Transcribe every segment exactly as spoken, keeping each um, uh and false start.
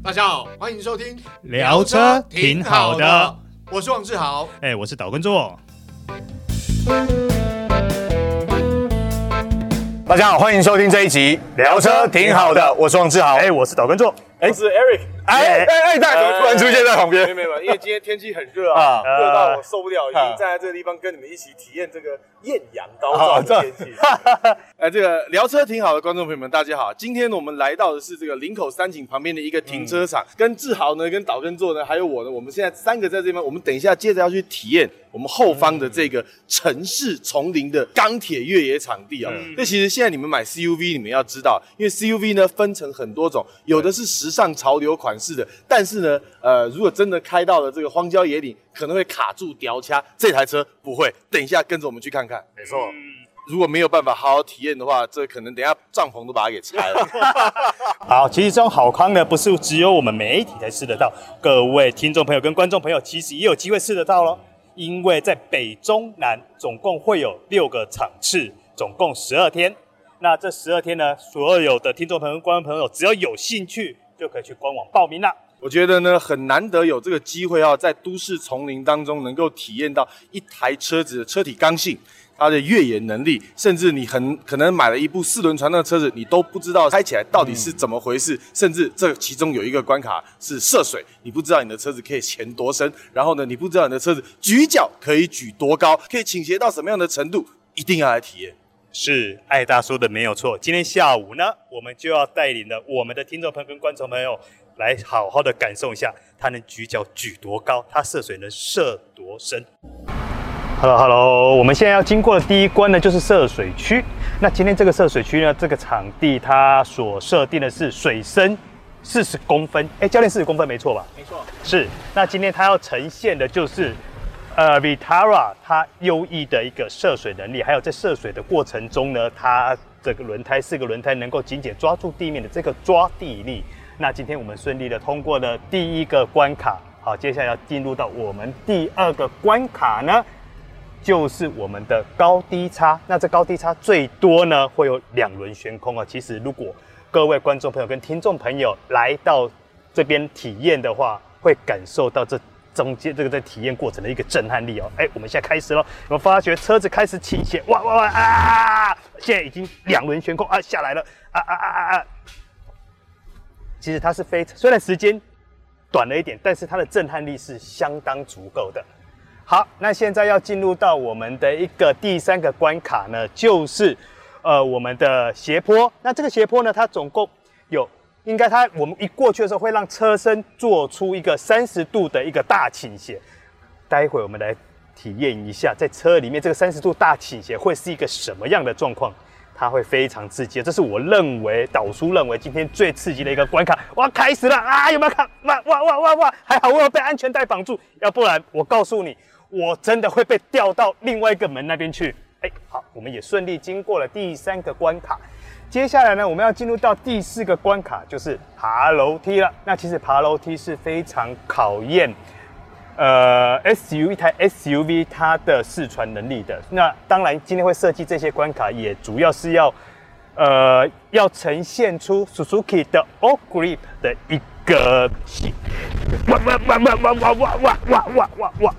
大家好，欢迎收听聊车挺好的， 我是王志豪， 哎、欸，我是岛根座。 大家好，欢迎收听这一集聊车挺好的，我是王志豪， 哎、欸，我是岛根座， 哎、欸，我是 Eric， 哎哎哎，大家怎么突然出现在旁边？ 没有没有，因为今天天气很热啊，热到我受不了，已经站在这个地方跟你们一起体验这个艳阳高照的天气。哎，这个聊车挺好的观众朋友们，大家好，今天呢我们来到的是这个林口三井旁边的一个停车场，嗯、跟志豪呢、跟岛根座呢，还有我呢，我们现在三个在这边，我们等一下接着要去体验我们后方的这个城市丛林的钢铁越野场地啊。那、嗯、其实现在你们买 C U V， 你们要知道，因为 C U V 呢分成很多种，有的是时尚潮流款式的，但是呢，呃，如果真的开到了这个荒郊野岭，可能会卡住掉掐。这台车不会，等一下跟着我们去看看。 没错。嗯， 如果没有办法好好体验的话，这可能等一下帐篷都把它给拆了。 好，其实这种好康呢，不是只有我们媒体才试得到，各位听众朋友跟观众朋友其实也有机会试得到咯。因为在北中南总共会有六个场次，总共十二天。那这十二天呢，所有的听众朋友、观众朋友只要有兴趣，就可以去官网报名啦。 我觉得呢，很难得有这个机会啊，在都市丛林当中能够体验到一台车子的车体刚性，它的越野能力，甚至你很可能买了一部四轮传动的车子，你都不知道开起来到底是怎么回事，嗯、甚至这其中有一个关卡是涉水，你不知道你的车子可以潜多深，然后呢，你不知道你的车子举脚可以举多高，可以倾斜到什么样的程度，一定要来体验。 是，艾大说的没有错。今天下午呢，我们就要带领了我们的听众朋友跟观众朋友来好好的感受一下，它能举脚举多高，它涉水能涉多深。Hello Hello， 我们现在要经过的第一关呢，就是涉水区。那今天这个涉水区呢，这个场地它所设定的是水深四十公分。哎，教练四十公分没错吧？ 没错。 是。那今天它要呈现的就是。呃 ，Vitara 它优异的一个涉水能力，还有在涉水的过程中呢，它这个轮胎四个轮胎能够紧紧抓住地面的这个抓地力。那今天我们顺利的通过了第一个关卡，好，接下来要进入到我们第二个关卡呢，就是我们的高低差。那这高低差最多呢会有两轮悬空啊。其实如果各位观众朋友跟听众朋友来到这边体验的话，会感受到这。中间这个在体验过程的一个震撼力哦，哎，我们现在开始了，我们发觉车子开始倾斜，哇哇哇啊！现在已经两轮悬空啊下来了，啊啊啊啊啊！其实它是非虽然时间短了一点，但是它的震撼力是相当足够的。好，那现在要进入到我们的一个第三个关卡呢，就是呃我们的斜坡。那这个斜坡呢，它总共有。应该它我们一过去的时候，会让车身做出一个三十度的一个大倾斜。待会我们来体验一下，在车里面这个三十度大倾斜会是一个什么样的状况？它会非常刺激，这是我认为导叔认为今天最刺激的一个关卡。哇，开始了啊！有没有看？哇哇哇哇哇！还好我有被安全带绑住，要不然我告诉你，我真的会被吊到另外一个门那边去。哎，好，我们也顺利经过了第三个关卡。接下来呢，我们要进入到第四个关卡，就是爬楼梯了。那其实爬楼梯是非常考验，呃 ，S U V 一台 S U V 它的视传能力的。那当然，今天会设计这些关卡，也主要是要，呃，要呈现出 Suzuki 的 All Grip 的一个，哇哇哇哇哇哇哇哇哇哇哇哇！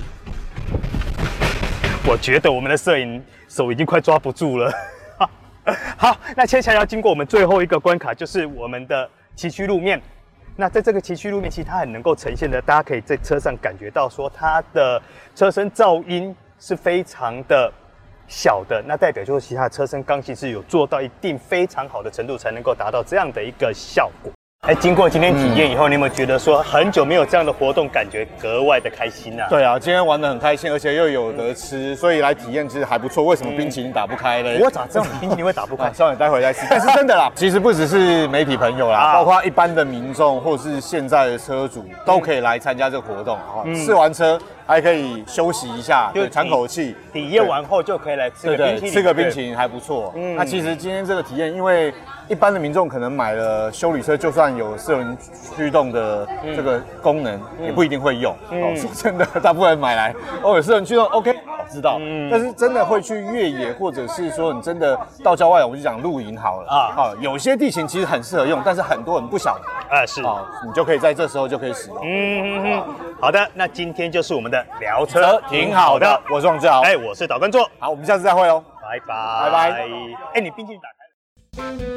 我觉得我们的摄影手已经快抓不住了。好，那接下来要经过我们最后一个关卡，就是我们的崎岖路面。那在这个崎岖路面，其实它很能够呈现的，大家可以在车上感觉到说，它的车身噪音是非常的小的，那代表就是其他的车身刚性是有做到一定非常好的程度，才能够达到这样的一个效果。哎，经过今天体验以后，嗯、你有没有觉得说很久没有这样的活动，感觉格外的开心啊？ 对啊，今天玩得很开心，而且又有得吃，嗯、所以来体验其实还不错。为什么冰淇淋打不开呢？ 嗯、我咋知道你冰淇淋会打不开？ 算了，待会再吃。但是真的啦，其实不只是媒体朋友啦，啊、包括一般的民众或是现在的车主都可以来参加这个活动。嗯、试完车还可以休息一下，对，喘口气。 体验完后就可以来吃个冰淇淋， 吃个冰淇淋还不错。嗯，那其实今天这个体验，因为一般的民众可能买了休旅车，就算有四轮驱动的这个功能，嗯、也不一定会用。嗯、哦，说真的，大部分人买来哦有四轮驱动 ，OK， 好知道。嗯、但是真的会去越野，或者是说你真的到郊外，我们就讲露营好了啊。好，有些地形其实很适合用，但是很多人不晓得。 啊，是， 好，你就可以在这时候就可以使用。 嗯哼哼，好的，那今天就是我们的聊车，挺好的。 我是王志豪， 哎，我是导观众， 好，我们下次再会哦， 拜拜， 拜拜。 哎，你冰淇淋打开了。